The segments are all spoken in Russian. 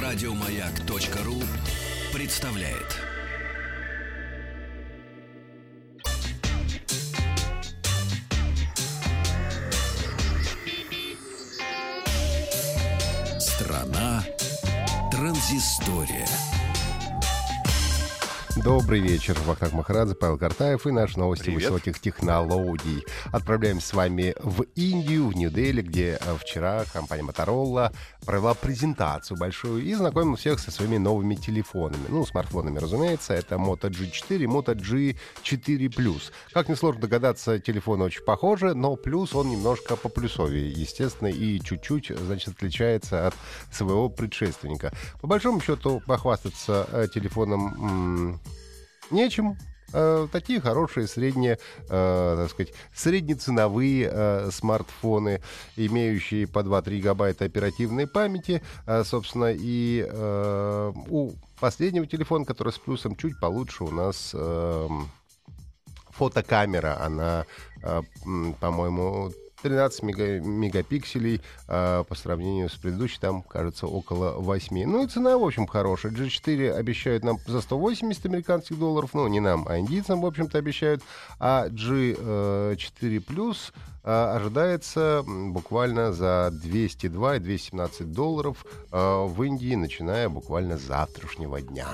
Радиомаяк.ру представляет. Страна транзистория. Добрый вечер. Вахтанг Махарадзе, Павел Картаев и наши новости Привет. высоких технологий. Отправляемся с вами в Индию, в Нью-Дели, где вчера компания Motorola провела презентацию большую и знакомила всех со своими новыми телефонами. Ну, смартфонами, разумеется. Это Moto G4 и Moto G4 Plus. Как несложно догадаться, телефоны очень похожи, но плюс он немножко поплюсовее, естественно, и чуть-чуть, значит, отличается от своего предшественника. По большому счету, похвастаться телефоном нечем. Такие хорошие средние, так сказать, среднеценовые смартфоны, имеющие по 2-3 гигабайта оперативной памяти, собственно, и у последнего телефона, который с плюсом, чуть получше у нас фотокамера. Она, по-моему, 13 мегапикселей по сравнению с предыдущей, там, кажется, около 8. Ну и цена, в общем, хорошая. G4 обещают нам за 180 американских долларов, ну, не нам, а индийцам, в общем-то, обещают. А G4 Plus ожидается буквально за 202 и 217 долларов в Индии, начиная буквально с завтрашнего дня.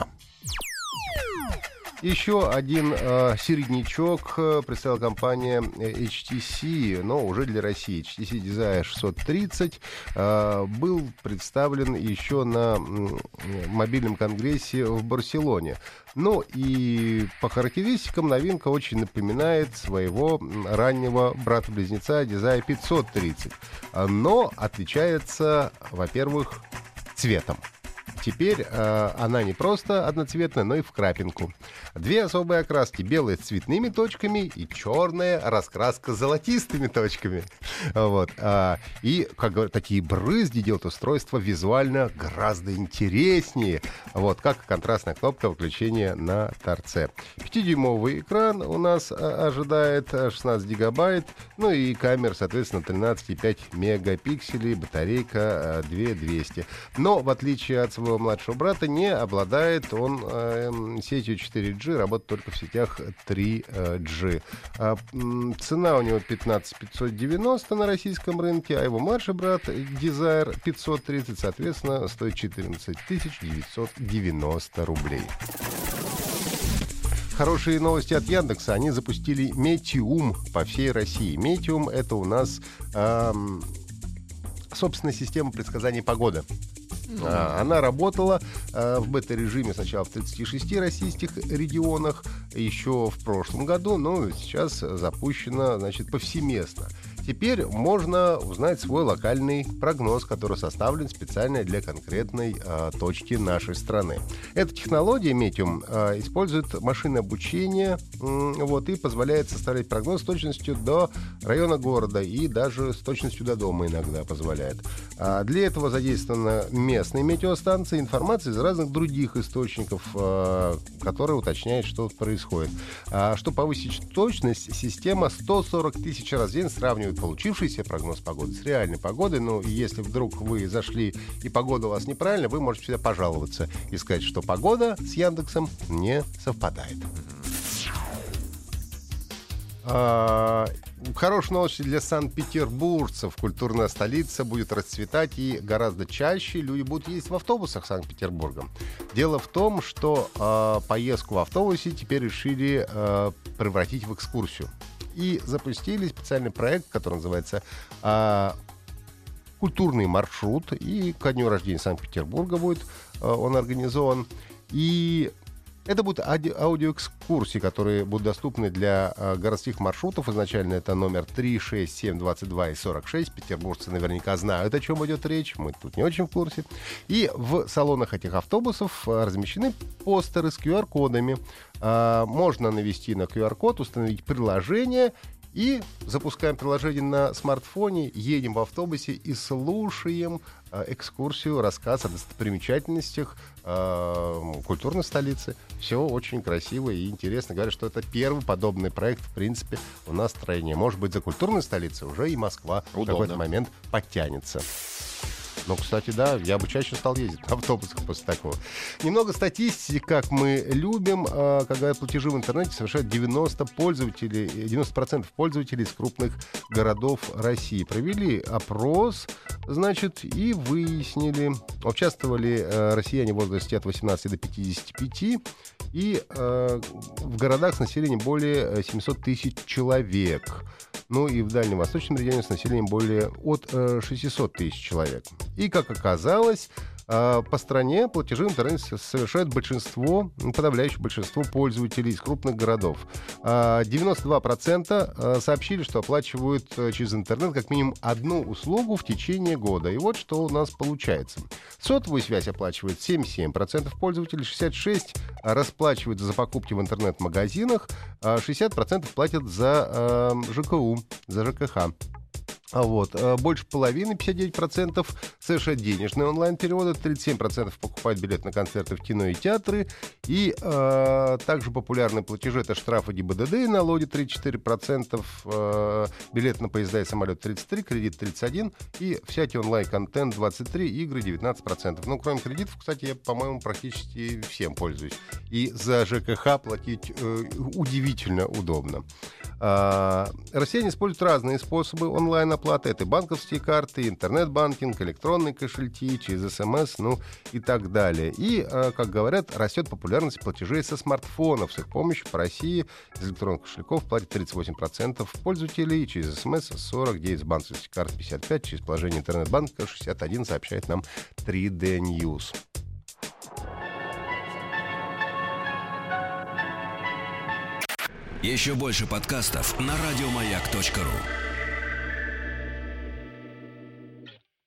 Еще один середнячок представила компания HTC, но уже для России. HTC Desire 630 был представлен еще на мобильном конгрессе в Барселоне. Ну и по характеристикам новинка очень напоминает своего раннего брата-близнеца Desire 530. Но отличается, во-первых, цветом. Теперь она не просто одноцветная, но и в крапинку. Две особые окраски. Белая с цветными точками и черная раскраска с золотистыми точками. Вот. И, как говорят, такие брызги делают устройство визуально гораздо интереснее. Вот. Как контрастная кнопка выключения на торце. 5-дюймовый экран у нас ожидает 16 гигабайт. Ну и камера, соответственно, 13,5 мегапикселей. Батарейка 2200. Но, в отличие от своего младшего брата, не обладает он сетью 4G, работает только в сетях 3G. Цена у него 15 590 на российском рынке, а его младший брат Desire 530, соответственно, стоит 14 990 рублей. Хорошие новости от Яндекса. Они запустили Метеум по всей России. Метеум — это у нас собственная система предсказания погоды. Она работала в бета-режиме сначала в 36 российских регионах еще в прошлом году, но сейчас запущена, значит, повсеместно. Теперь можно узнать свой локальный прогноз, который составлен специально для конкретной точки нашей страны. Эта технология Medium использует машинное обучение, вот, и позволяет составлять прогноз с точностью до района города и даже с точностью до дома иногда позволяет. Для этого задействованы местные метеостанции, информация из разных других источников, которые уточняют, что происходит. Чтобы повысить точность, система 140 тысяч раз в день сравнивает получившийся прогноз погоды с реальной погодой. Ну, и если вдруг вы зашли и погода у вас неправильная, вы можете всегда пожаловаться и сказать, что погода с Яндексом не совпадает. Хорошие новости для санкт-петербуржцев. Культурная столица будет расцветать, и гораздо чаще люди будут ездить в автобусах Санкт-Петербурга. Дело в том, что поездку в автобусе теперь решили превратить в экскурсию. И запустили специальный проект, который называется «Культурный маршрут». И ко дню рождения Санкт-Петербурга будет он организован. И это будут аудиоэкскурсии, которые будут доступны для городских маршрутов. Изначально это номер 3, 6, 7, 22 и 46. Петербуржцы наверняка знают, о чем идет речь. Мы тут не очень в курсе. И в салонах этих автобусов размещены постеры с QR-кодами. Можно навести на QR-код, установить приложение и запускаем приложение на смартфоне, едем в автобусе и слушаем экскурсию, рассказ о достопримечательностях культурной столицы. Все очень красиво и интересно. Говорят, что это первый подобный проект, в принципе, у нас в стране. Может быть, за культурной столицей уже и Москва в какой-то момент подтянется. Ну, кстати, да, я бы чаще стал ездить на автобусах после такого. Немного статистики, как мы любим, когда платежи в интернете совершают 90% пользователей из крупных городов России. Провели опрос, значит, и выяснили. Участвовали россияне в возрасте от 18 до 55 и в городах с населением более 700 тысяч человек. Ну и в Дальневосточном регионе с населением более от 600 тысяч человек. И, как оказалось, по стране платежи в интернете совершают подавляющее большинство пользователей из крупных городов. 92% сообщили, что оплачивают через интернет как минимум одну услугу в течение года. И вот что у нас получается. Сотовую связь оплачивает 77% пользователей, 66% расплачивают за покупки в интернет-магазинах, 60% платят за ЖКУ, за ЖКХ. Больше половины, 59%, совершают денежные онлайн-переводы, 37% покупают билет на концерты в кино и театры. И также популярные платежи — это штрафы ГИБДД и налоги 34%, билет на поезда и самолет 33%, кредит 31% и всякий онлайн-контент 23%, игры 19%. Ну, кроме кредитов, кстати, я, по-моему, практически всем пользуюсь. И за ЖКХ платить удивительно удобно. Россияне используют разные способы онлайн-оплаты. Это банковские карты, интернет-банкинг, электронные кошельки, через СМС, ну и так далее. И, как говорят, растет популярность платежей со смартфонов. С их помощью по России из электронных кошельков платят 38% пользователей, через СМС 49%, с банковских карт 55%, через приложение интернет-банка 61%, сообщает нам 3D News. Еще больше подкастов на радиомаяк.ру.